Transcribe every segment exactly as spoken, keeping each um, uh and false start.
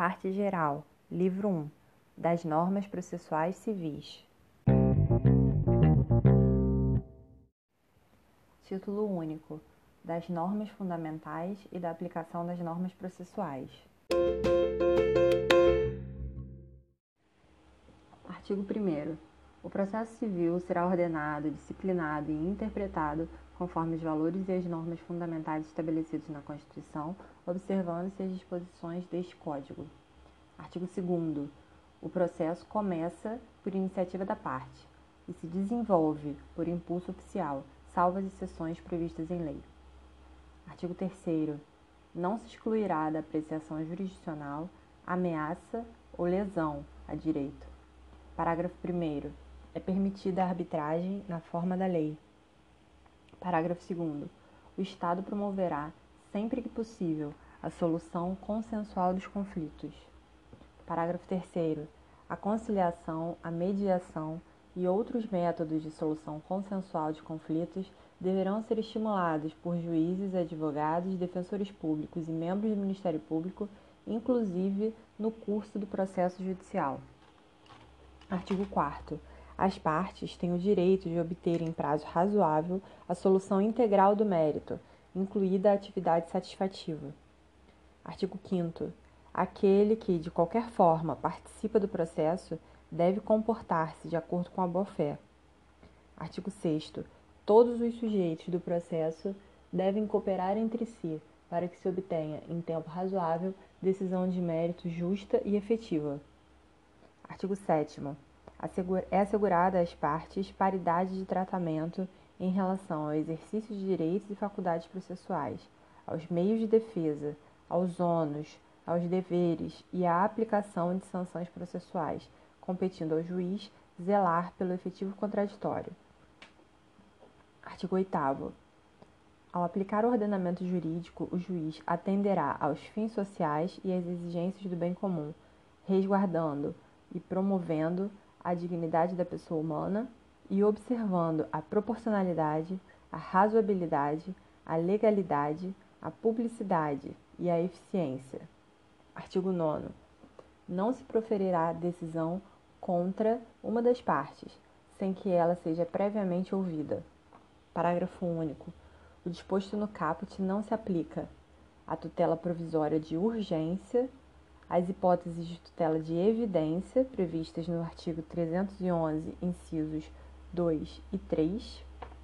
Parte geral, livro um, das normas processuais civis. Título único, das normas fundamentais e da aplicação das normas processuais. Artigo primeiro. O processo civil será ordenado, disciplinado e interpretado conforme os valores e as normas fundamentais estabelecidos na Constituição, observando-se as disposições deste Código. Artigo segundo. O processo começa por iniciativa da parte e se desenvolve por impulso oficial, salvo as exceções previstas em lei. Artigo terceiro. Não se excluirá da apreciação jurisdicional ameaça ou lesão a direito. Parágrafo primeiro. É permitida a arbitragem na forma da lei. Parágrafo segundo. O Estado promoverá, sempre que possível, a solução consensual dos conflitos. Parágrafo terceiro. A conciliação, a mediação e outros métodos de solução consensual de conflitos deverão ser estimulados por juízes, advogados, defensores públicos e membros do Ministério Público, inclusive no curso do processo judicial. Artigo quarto. As partes têm o direito de obter em prazo razoável a solução integral do mérito, incluída a atividade satisfativa. Artigo quinto. Aquele que, de qualquer forma, participa do processo deve comportar-se de acordo com a boa-fé. Artigo sexto. Todos os sujeitos do processo devem cooperar entre si para que se obtenha, em tempo razoável, decisão de mérito justa e efetiva. Artigo sétimo. É assegurada às partes paridade de tratamento em relação ao exercício de direitos e faculdades processuais, aos meios de defesa, aos ônus, aos deveres e à aplicação de sanções processuais, competindo ao juiz zelar pelo efetivo contraditório. Artigo oitavo. Ao aplicar o ordenamento jurídico, o juiz atenderá aos fins sociais e às exigências do bem comum, resguardando e promovendo a dignidade da pessoa humana e observando a proporcionalidade, a razoabilidade, a legalidade, a publicidade e a eficiência. Artigo nono. Não se proferirá decisão contra uma das partes, sem que ela seja previamente ouvida. Parágrafo único. O disposto no caput não se aplica à tutela provisória de urgência, às hipóteses de tutela de evidência previstas no artigo trezentos e onze, incisos dois e três,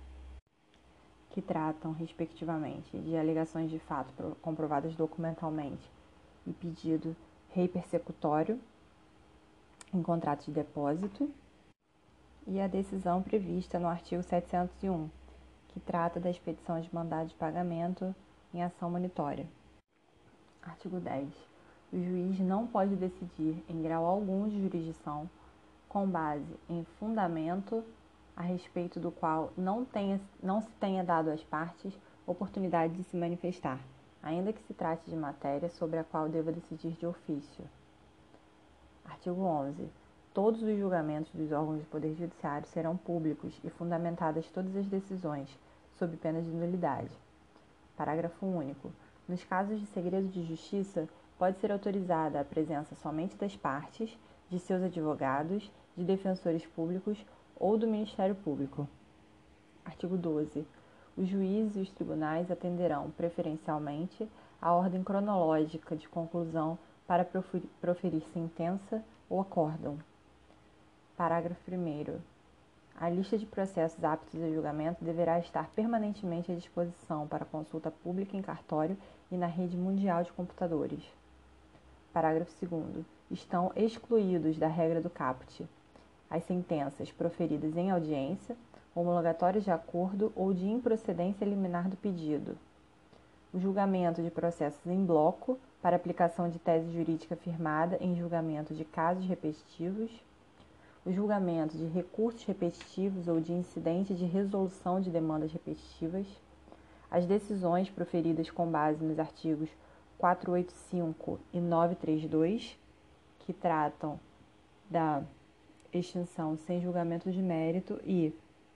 que tratam, respectivamente, de alegações de fato comprovadas documentalmente e pedido rei persecutório em contrato de depósito, e a decisão prevista no artigo setecentos e um, que trata da expedição de mandado de pagamento em ação monitória. Artigo dez. O juiz não pode decidir em grau algum de jurisdição com base em fundamento a respeito do qual não, tenha, não se tenha dado às partes oportunidade de se manifestar, ainda que se trate de matéria sobre a qual deva decidir de ofício. Artigo onze. Todos os julgamentos dos órgãos do Poder Judiciário serão públicos e fundamentadas todas as decisões, sob pena de nulidade. Parágrafo único. Nos casos de segredo de justiça, pode ser autorizada a presença somente das partes, de seus advogados, de defensores públicos ou do Ministério Público. Artigo doze. Os juízes e os tribunais atenderão, preferencialmente, à ordem cronológica de conclusão para proferir, proferir sentença ou acórdão. Parágrafo primeiro. A lista de processos aptos a julgamento deverá estar permanentemente à disposição para consulta pública em cartório e na rede mundial de computadores. Parágrafo segundo. Estão excluídos da regra do caput as sentenças proferidas em audiência, homologatórias de acordo ou de improcedência liminar do pedido. O julgamento de processos em bloco para aplicação de tese jurídica firmada em julgamento de casos repetitivos. O julgamento de recursos repetitivos ou de incidente de resolução de demandas repetitivas. As decisões proferidas com base nos artigos quatrocentos e oitenta e cinco e novecentos e trinta e dois, que tratam da extinção sem julgamento de mérito e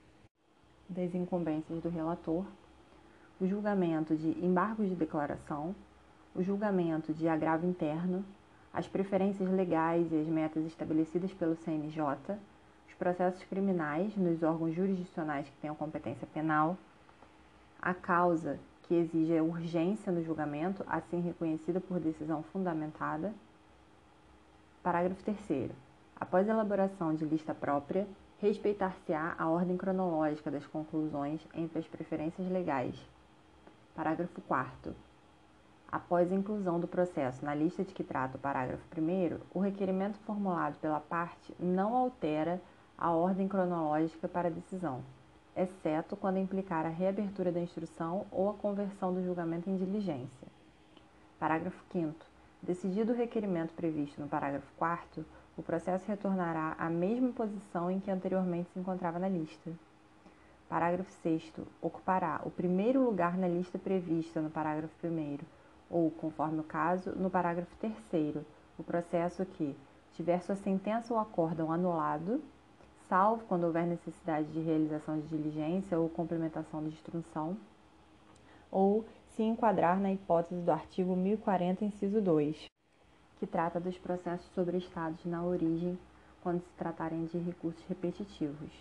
das incumbências do relator, o julgamento de embargos de declaração, o julgamento de agravo interno, as preferências legais e as metas estabelecidas pelo C N J, os processos criminais nos órgãos jurisdicionais que tenham competência penal, a causa que exige a urgência no julgamento, assim reconhecida por decisão fundamentada. Parágrafo terceiro. Após a elaboração de lista própria, respeitar-se-á a ordem cronológica das conclusões entre as preferências legais. Parágrafo quarto. Após a inclusão do processo na lista de que trata o parágrafo primeiro, o requerimento formulado pela parte não altera a ordem cronológica para a decisão, exceto quando implicar a reabertura da instrução ou a conversão do julgamento em diligência. Parágrafo quinto. Decidido o requerimento previsto no parágrafo quarto, o processo retornará à mesma posição em que anteriormente se encontrava na lista. Parágrafo sexto. Ocupará o primeiro lugar na lista prevista no parágrafo primeiro, ou, conforme o caso, no parágrafo terceiro, o processo que tiver sua sentença ou acórdão anulado, salvo quando houver necessidade de realização de diligência ou complementação de instrução, ou se enquadrar na hipótese do artigo mil e quarenta, inciso dois, que trata dos processos sobrestados na origem quando se tratarem de recursos repetitivos.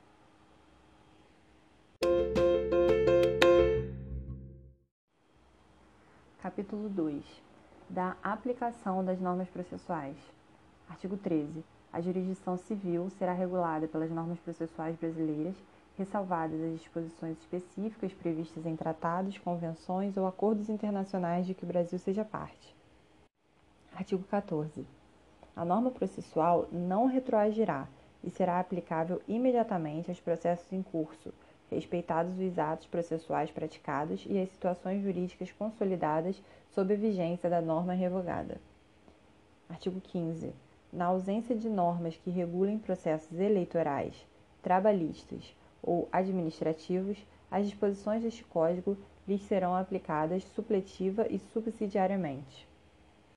Capítulo dois. Da aplicação das normas processuais. Artigo treze. A jurisdição civil será regulada pelas normas processuais brasileiras, ressalvadas as disposições específicas previstas em tratados, convenções ou acordos internacionais de que o Brasil seja parte. Artigo quatorze. A norma processual não retroagirá e será aplicável imediatamente aos processos em curso, respeitados os atos processuais praticados e as situações jurídicas consolidadas sob a vigência da norma revogada. Artigo quinze. Na ausência de normas que regulem processos eleitorais, trabalhistas ou administrativos, as disposições deste Código lhes serão aplicadas supletiva e subsidiariamente.